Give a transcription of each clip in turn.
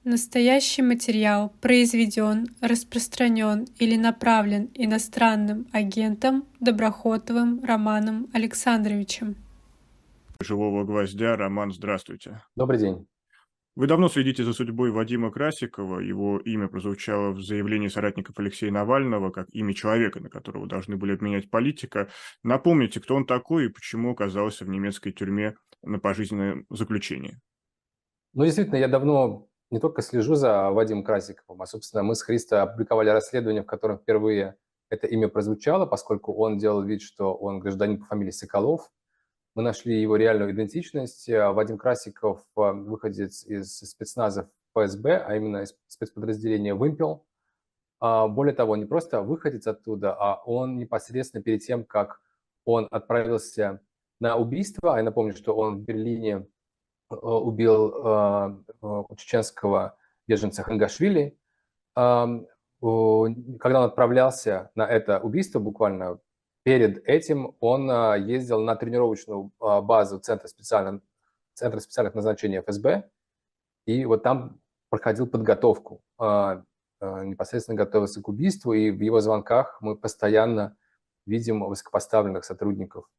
Настоящий материал произведен, распространен или направлен иностранным агентом Доброхотовым Романом Александровичем. «Живого гвоздя». Роман, здравствуйте. Добрый день. Вы давно следите за судьбой Вадима Красикова. Его имя прозвучало в заявлении соратников Алексея Навального как имя человека, на которого должны были обменять политика. Напомните, кто он такой и почему оказался в немецкой тюрьме на пожизненное заключение. Ну, действительно, я давно не только слежу за Вадимом Красиковым, а, собственно, мы с Христо опубликовали расследование, в котором впервые это имя прозвучало, поскольку он делал вид, что он гражданин по фамилии Соколов. Мы нашли его реальную идентичность. Вадим Красиков – выходец из спецназа ФСБ, а именно из спецподразделения «Вымпел». Более того, не просто выходец оттуда, а он непосредственно перед тем, как он отправился на убийство, а я напомню, что он в Берлине убил чеченского беженца Хангашвили. Когда он отправлялся на это убийство, буквально перед этим он ездил на тренировочную базу Центра специальных назначений ФСБ, и вот там проходил подготовку, непосредственно готовился к убийству, и в его звонках мы постоянно видим высокопоставленных сотрудников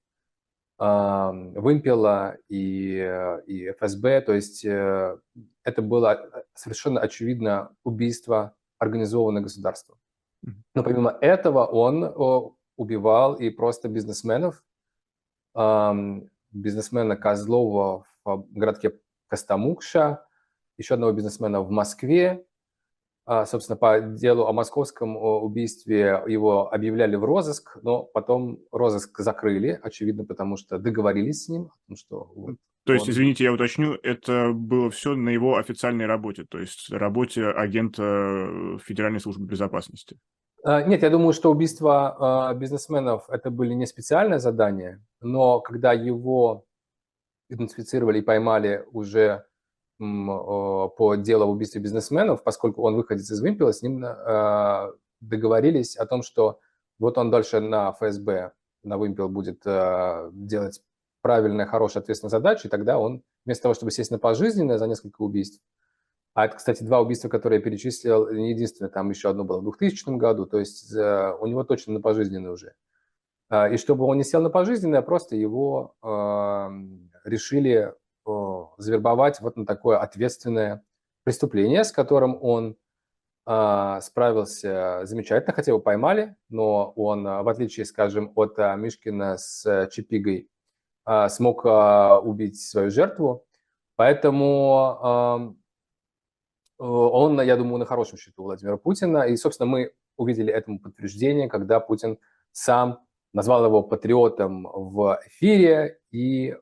Вымпела и ФСБ, то есть это было совершенно очевидно убийство организованное государством. Но помимо этого он убивал и просто бизнесменов, бизнесмена Козлова в городке Костомукша, еще одного бизнесмена в Москве. Собственно, по делу о московском убийстве его объявляли в розыск, но потом розыск закрыли, очевидно, потому что договорились с ним. То есть, извините, я уточню, это было все на его официальной работе, то есть работе агента Федеральной службы безопасности? Нет, я думаю, что убийства бизнесменов – это были не специальные задания, но когда его идентифицировали и поймали уже по делу об убийстве бизнесменов, поскольку он выходец из Вымпела, с ним договорились о том, что вот он дальше на ФСБ, на Вымпел будет делать правильные, хорошие, ответственные задачи, и тогда он вместо того, чтобы сесть на пожизненное за несколько убийств, а это, кстати, 2 убийства, которые я перечислил, не единственное, там еще одно было в 2000 году, то есть у него точно на пожизненное уже. И чтобы он не сел на пожизненное, просто его решили завербовать вот на такое ответственное преступление, с которым он справился замечательно, хотя его поймали, но он, в отличие, скажем, от Мишкина с Чипигой, смог убить свою жертву. Поэтому он, я думаю, на хорошем счету Владимира Путина. И, собственно, мы увидели этому подтверждение, когда Путин сам назвал его патриотом в эфире и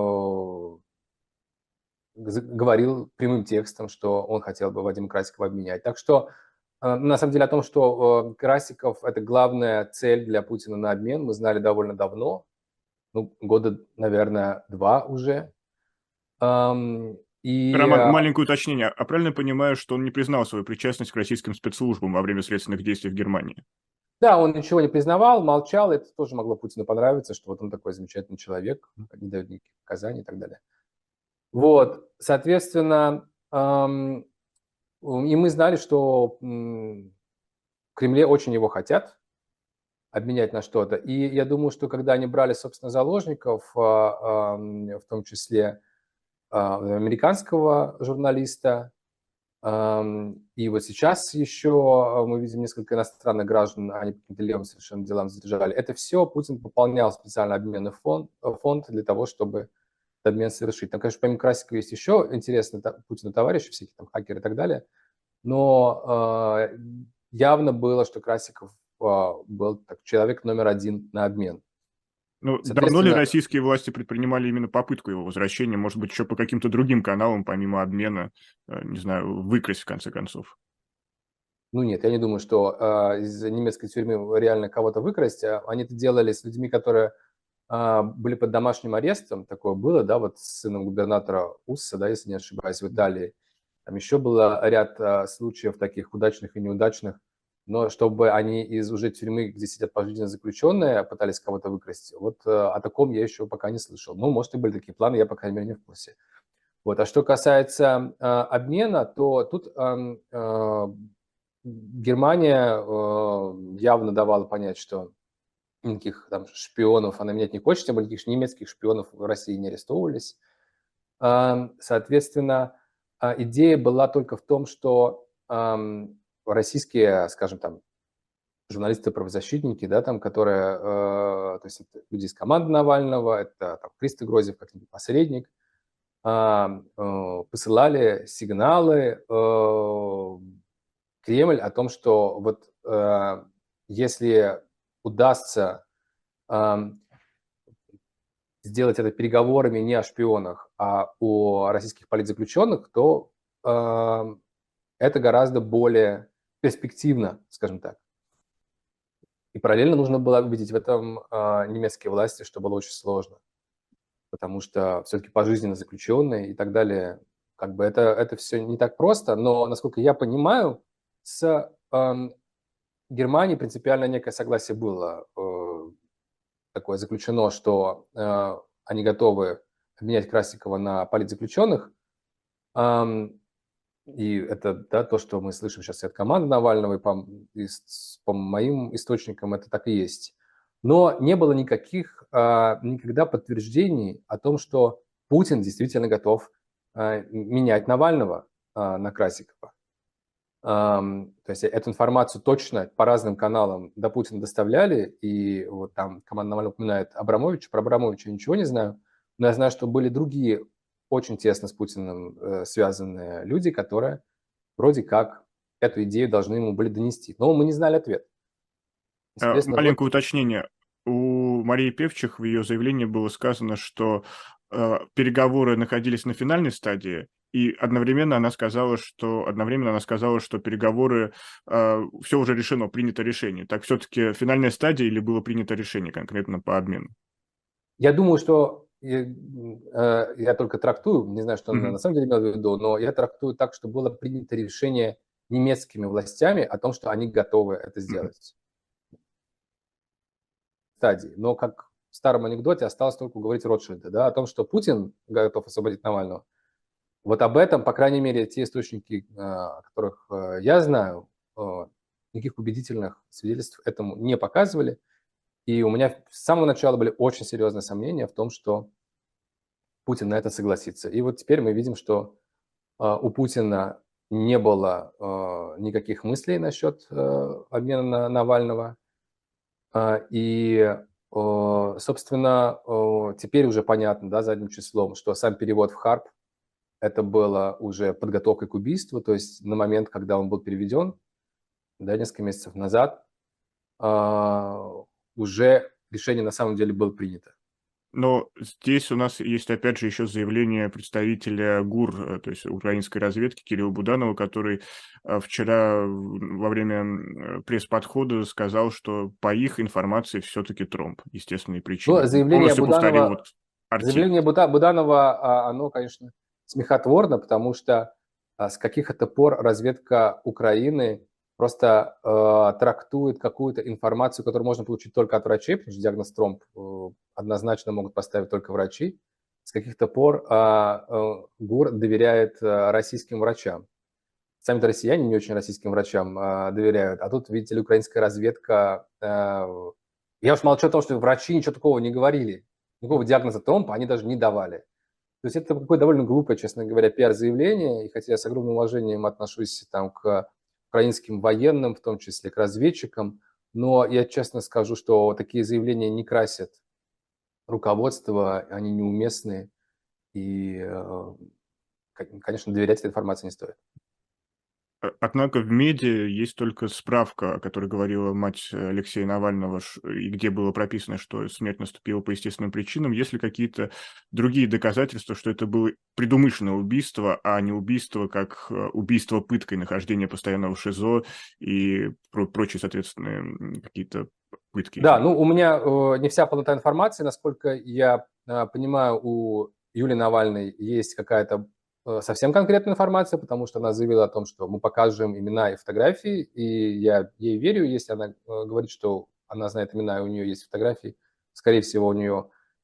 говорил прямым текстом, что он хотел бы Вадима Красикова обменять. Так что, на самом деле, о том, что Красиков – это главная цель для Путина на обмен, мы знали довольно давно, года, наверное, 2 уже. Роман, маленькое уточнение. А правильно я понимаю, что он не признал свою причастность к российским спецслужбам во время следственных действий в Германии? Да, он ничего не признавал, молчал. Это тоже могло Путину понравиться, что вот он такой замечательный человек, не дает никаких показаний и так далее. Вот, соответственно, и мы знали, что в Кремле очень его хотят обменять на что-то. И я думаю, что когда они брали, собственно, заложников, в том числе американского журналиста, и вот сейчас еще мы видим несколько иностранных граждан, они по каким-то левым совершенно делам задержали. Это все Путин пополнял специально обменный фонд для того, чтобы обмен совершить. Там, конечно, помимо Красикова есть еще интересные Путину товарищи, всякие там хакеры и так далее, но явно было, что Красиков был человек номер 1 на обмен. Давно ли российские власти предпринимали именно попытку его возвращения, может быть, еще по каким-то другим каналам, помимо обмена, не знаю, выкрасть в конце концов? Нет, я не думаю, что из немецкой тюрьмы реально кого-то выкрасть. Они это делали с людьми, которые были под домашним арестом, такое было, да, вот с сыном губернатора Усса, да, если не ошибаюсь, в Италии. Там еще было ряд случаев таких удачных и неудачных, но чтобы они из уже тюрьмы, где сидят пожизненно заключенные, пытались кого-то выкрасть, вот о таком я еще пока не слышал. Может, и были такие планы, я, по крайней мере, не в курсе. Вот. А что касается обмена, то тут Германия явно давала понять, что никаких там шпионов она менять не хочет, тем более никаких немецких шпионов в России не арестовывались. Соответственно, идея была только в том, что российские, скажем, там, журналисты-правозащитники, да, там, которые, то есть это люди из команды Навального, это там, Христо Грозев, как посредник, посылали сигналы Кремль о том, что вот если удастся сделать это переговорами не о шпионах, а о российских политзаключенных, то это гораздо более перспективно, скажем так. И параллельно нужно было убедить в этом немецкие власти, что было очень сложно, потому что все-таки пожизненно заключенные и так далее, как бы это все не так просто, но, насколько я понимаю, с Германией принципиально некое согласие было такое заключено, что они готовы обменять Красикова на политзаключенных. И это да, то, что мы слышим сейчас и от команды Навального, и по моим источникам это так и есть. Но не было никаких никогда подтверждений о том, что Путин действительно готов менять Навального на Красикова. То есть эту информацию точно по разным каналам до Путина доставляли, и вот там команда Навального упоминает Абрамовича, про Абрамовича я ничего не знаю, но я знаю, что были другие очень тесно с Путиным связанные люди, которые вроде как эту идею должны ему были донести. Но мы не знали ответ. Маленькое уточнение. У Марии Певчих в ее заявлении было сказано, что переговоры находились на финальной стадии, и одновременно она сказала, что переговоры, все уже решено, принято решение. Так все-таки финальная стадия или было принято решение конкретно по обмену? Я думаю, что я только трактую, не знаю, что она на самом деле имела в виду, но я трактую так, что было принято решение немецкими властями о том, что они готовы это сделать. Стадии. Но как в старом анекдоте осталось только говорить Ротшильда, да, о том, что Путин готов освободить Навального. Вот об этом, по крайней мере, те источники, о которых я знаю, никаких убедительных свидетельств этому не показывали. И у меня с самого начала были очень серьезные сомнения в том, что Путин на это согласится. И вот теперь мы видим, что у Путина не было никаких мыслей насчет обмена на Навального. И, собственно, теперь уже понятно, да, задним числом, что сам перевод в Харп – это было уже подготовкой к убийству, то есть на момент, когда он был переведен, да, несколько месяцев назад, уже решение на самом деле было принято. Но здесь у нас есть, опять же, еще заявление представителя ГУР, то есть украинской разведки Кирилла Буданова, который вчера во время пресс-подхода сказал, что по их информации все-таки тромб, естественные причины. Ну, заявление Буданова, оно, конечно, смехотворно, потому что с каких-то пор разведка Украины просто трактует какую-то информацию, которую можно получить только от врачей, потому что диагноз тромб однозначно могут поставить только врачи. С каких-то пор ГУР доверяет российским врачам. Сами-то россияне не очень российским врачам доверяют. А тут, видите ли, украинская разведка... Я уж молчу о том, что врачи ничего такого не говорили. Никакого диагноза тромба они даже не давали. То есть это какое-то довольно глупое, честно говоря, пиар-заявление. И хотя я с огромным уважением отношусь там, к украинским военным, в том числе к разведчикам, но я честно скажу, что такие заявления не красят руководство, они неуместны. И, конечно, доверять этой информации не стоит. Однако в медиа есть только справка, о которой говорила мать Алексея Навального, и где было прописано, что смерть наступила по естественным причинам. Есть ли какие-то другие доказательства, что это было предумышленное убийство, а не убийство как убийство пыткой, нахождение постоянного в ШИЗО и прочие, соответственно, какие-то пытки? Да, ну у меня не вся полнота информации. Насколько я понимаю, у Юлии Навальной есть какая-то совсем конкретная информация, потому что она заявила о том, что мы покажем имена и фотографии, и я ей верю, если она говорит, что она знает имена, и у нее есть фотографии, скорее всего, у нее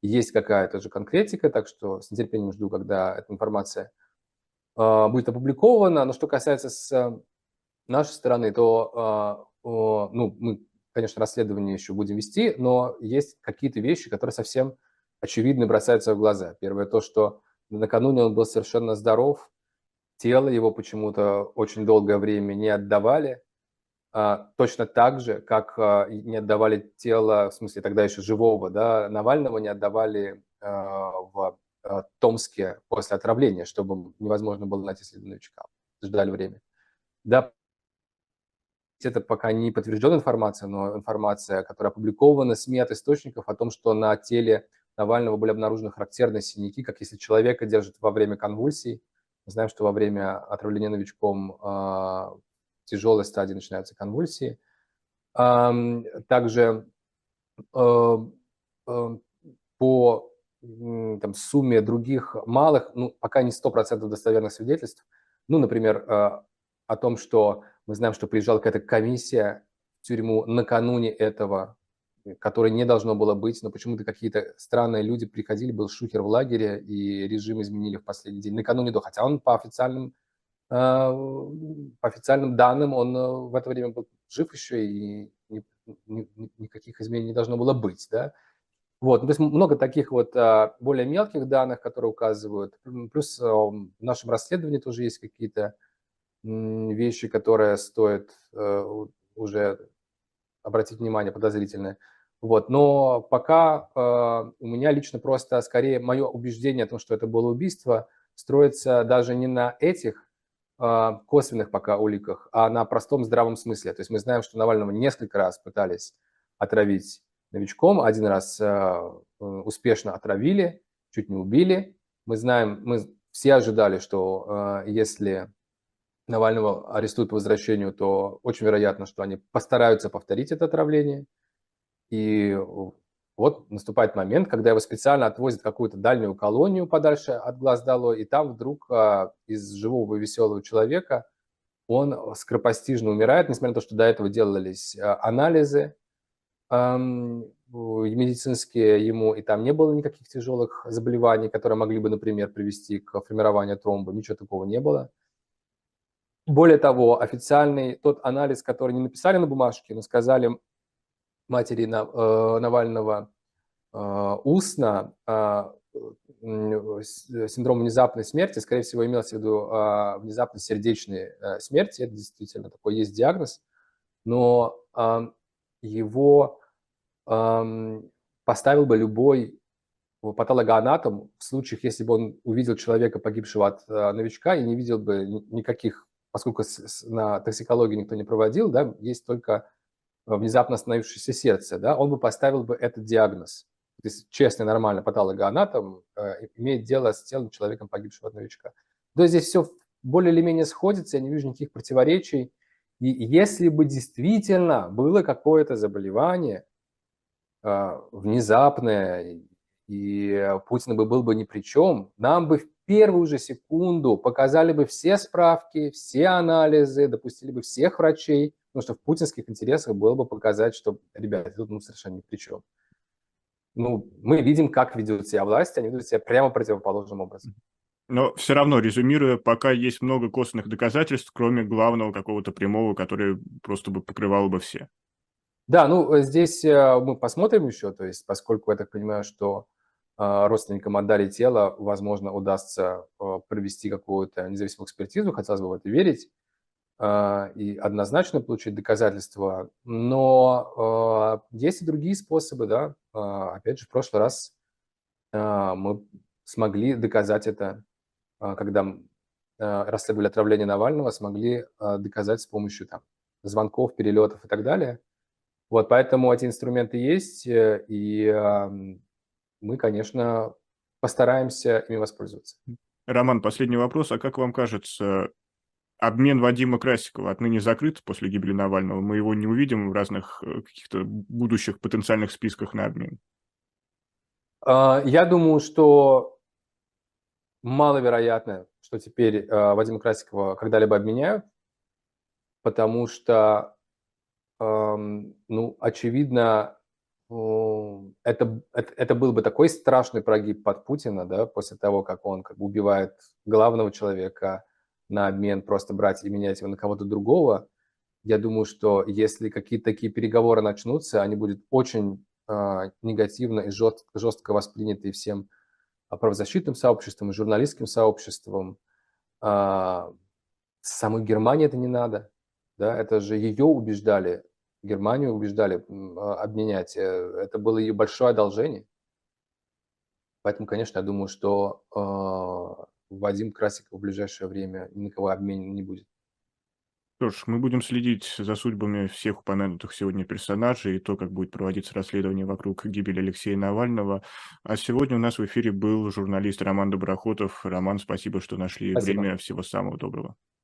есть какая-то же конкретика, так что с нетерпением жду, когда эта информация будет опубликована. Но что касается с нашей стороны, то ну, мы, конечно, расследование еще будем вести, но есть какие-то вещи, которые совсем очевидно бросаются в глаза. Первое то, что накануне он был совершенно здоров, тело его почему-то очень долгое время не отдавали, точно так же, как не отдавали тело, в смысле тогда еще живого, да, Навального не отдавали в Томске после отравления, чтобы невозможно было найти следы новичка. Ждали время. Да, это пока не подтвержденная информация, но информация, которая опубликована СМИ от источников о том, что на теле Навального были обнаружены характерные синяки, как если человека держат во время конвульсий. Мы знаем, что во время отравления новичком в тяжелой стадии начинаются конвульсии. Также по там, сумме других малых, ну, пока не 100% достоверных свидетельств, ну, например, о том, что мы знаем, что приезжала какая-то комиссия в тюрьму накануне этого, которой не должно было быть, но почему-то какие-то странные люди приходили, был шухер в лагере, и режим изменили в последний день, накануне до, хотя он по официальным данным, он в это время был жив еще, и никаких изменений не должно было быть, да. Вот, ну, то есть много таких вот более мелких данных, которые указывают. Плюс в нашем расследовании тоже есть какие-то вещи, которые стоит уже обратить внимание, подозрительные. Вот, но пока у меня лично просто скорее мое убеждение о том, что это было убийство, строится даже не на этих косвенных пока уликах, а на простом здравом смысле. То есть мы знаем, что Навального несколько раз пытались отравить новичком, один раз успешно отравили, чуть не убили. Мы знаем, мы все ожидали, что если Навального арестуют по возвращению, то очень вероятно, что они постараются повторить это отравление. И вот наступает момент, когда его специально отвозят в какую-то дальнюю колонию подальше от глаз долой, и там вдруг из живого и веселого человека он скоропостижно умирает, несмотря на то, что до этого делались анализы медицинские ему, и там не было никаких тяжелых заболеваний, которые могли бы, например, привести к формированию тромба, ничего такого не было. Более того, официальный тот анализ, который не написали на бумажке, но сказали матери Навального устно, синдром внезапной смерти, скорее всего, имелся в виду внезапной сердечной смерти, это действительно такой есть диагноз, но его поставил бы любой патологоанатом в случаях, если бы он увидел человека, погибшего от новичка, и не видел бы никаких, поскольку на токсикологию никто не проводил, да, есть только внезапно остановившееся сердце, да, он бы поставил бы этот диагноз. То есть честный, нормальный патологоанатом имеет дело с телом человека, погибшего от новичка. То есть здесь все более или менее сходится, я не вижу никаких противоречий. И если бы действительно было какое-то заболевание внезапное, и Путин был бы ни при чем, нам бы в первую же секунду показали бы все справки, все анализы, допустили бы всех врачей, потому что в путинских интересах было бы показать, что, ребята, тут совершенно ни при чем. Ну, мы видим, как ведут себя власти, они ведут себя прямо противоположным образом. Но все равно, резюмируя, пока есть много косвенных доказательств, кроме главного какого-то прямого, которое просто бы покрывало бы все. Да, ну здесь мы посмотрим еще, то есть поскольку я так понимаю, что родственникам отдали тело, возможно, удастся провести какую-то независимую экспертизу, хотелось бы в это верить, и однозначно получить доказательства, но есть и другие способы, да, опять же, в прошлый раз мы смогли доказать это, когда расследовали отравление Навального, смогли доказать с помощью там звонков, перелетов и так далее. Вот, поэтому эти инструменты есть, и мы, конечно, постараемся ими воспользоваться. Роман, последний вопрос. А как вам кажется, обмен Вадима Красикова отныне закрыт после гибели Навального? Мы его не увидим в разных каких-то будущих потенциальных списках на обмен? Я думаю, что маловероятно, что теперь Вадима Красикова когда-либо обменяют, потому что, ну, очевидно, Это был бы такой страшный прогиб под Путина, да, после того, как он как бы убивает главного человека на обмен просто брать и менять его на кого-то другого. Я думаю, что если какие-то такие переговоры начнутся, они будут очень негативно и жестко восприняты всем правозащитным сообществом и журналистским сообществом. А, Самой Германии это не надо. Да, это же ее убеждали, Германию убеждали обменять. Это было ее большое одолжение. Поэтому, конечно, я думаю, что Вадим Красиков в ближайшее время ни на кого обменен не будет. Что ж, мы будем следить за судьбами всех упомянутых сегодня персонажей и то, как будет проводиться расследование вокруг гибели Алексея Навального. А сегодня у нас в эфире был журналист Роман Доброхотов. Роман, спасибо, что нашли Спасибо. время. Всего самого доброго.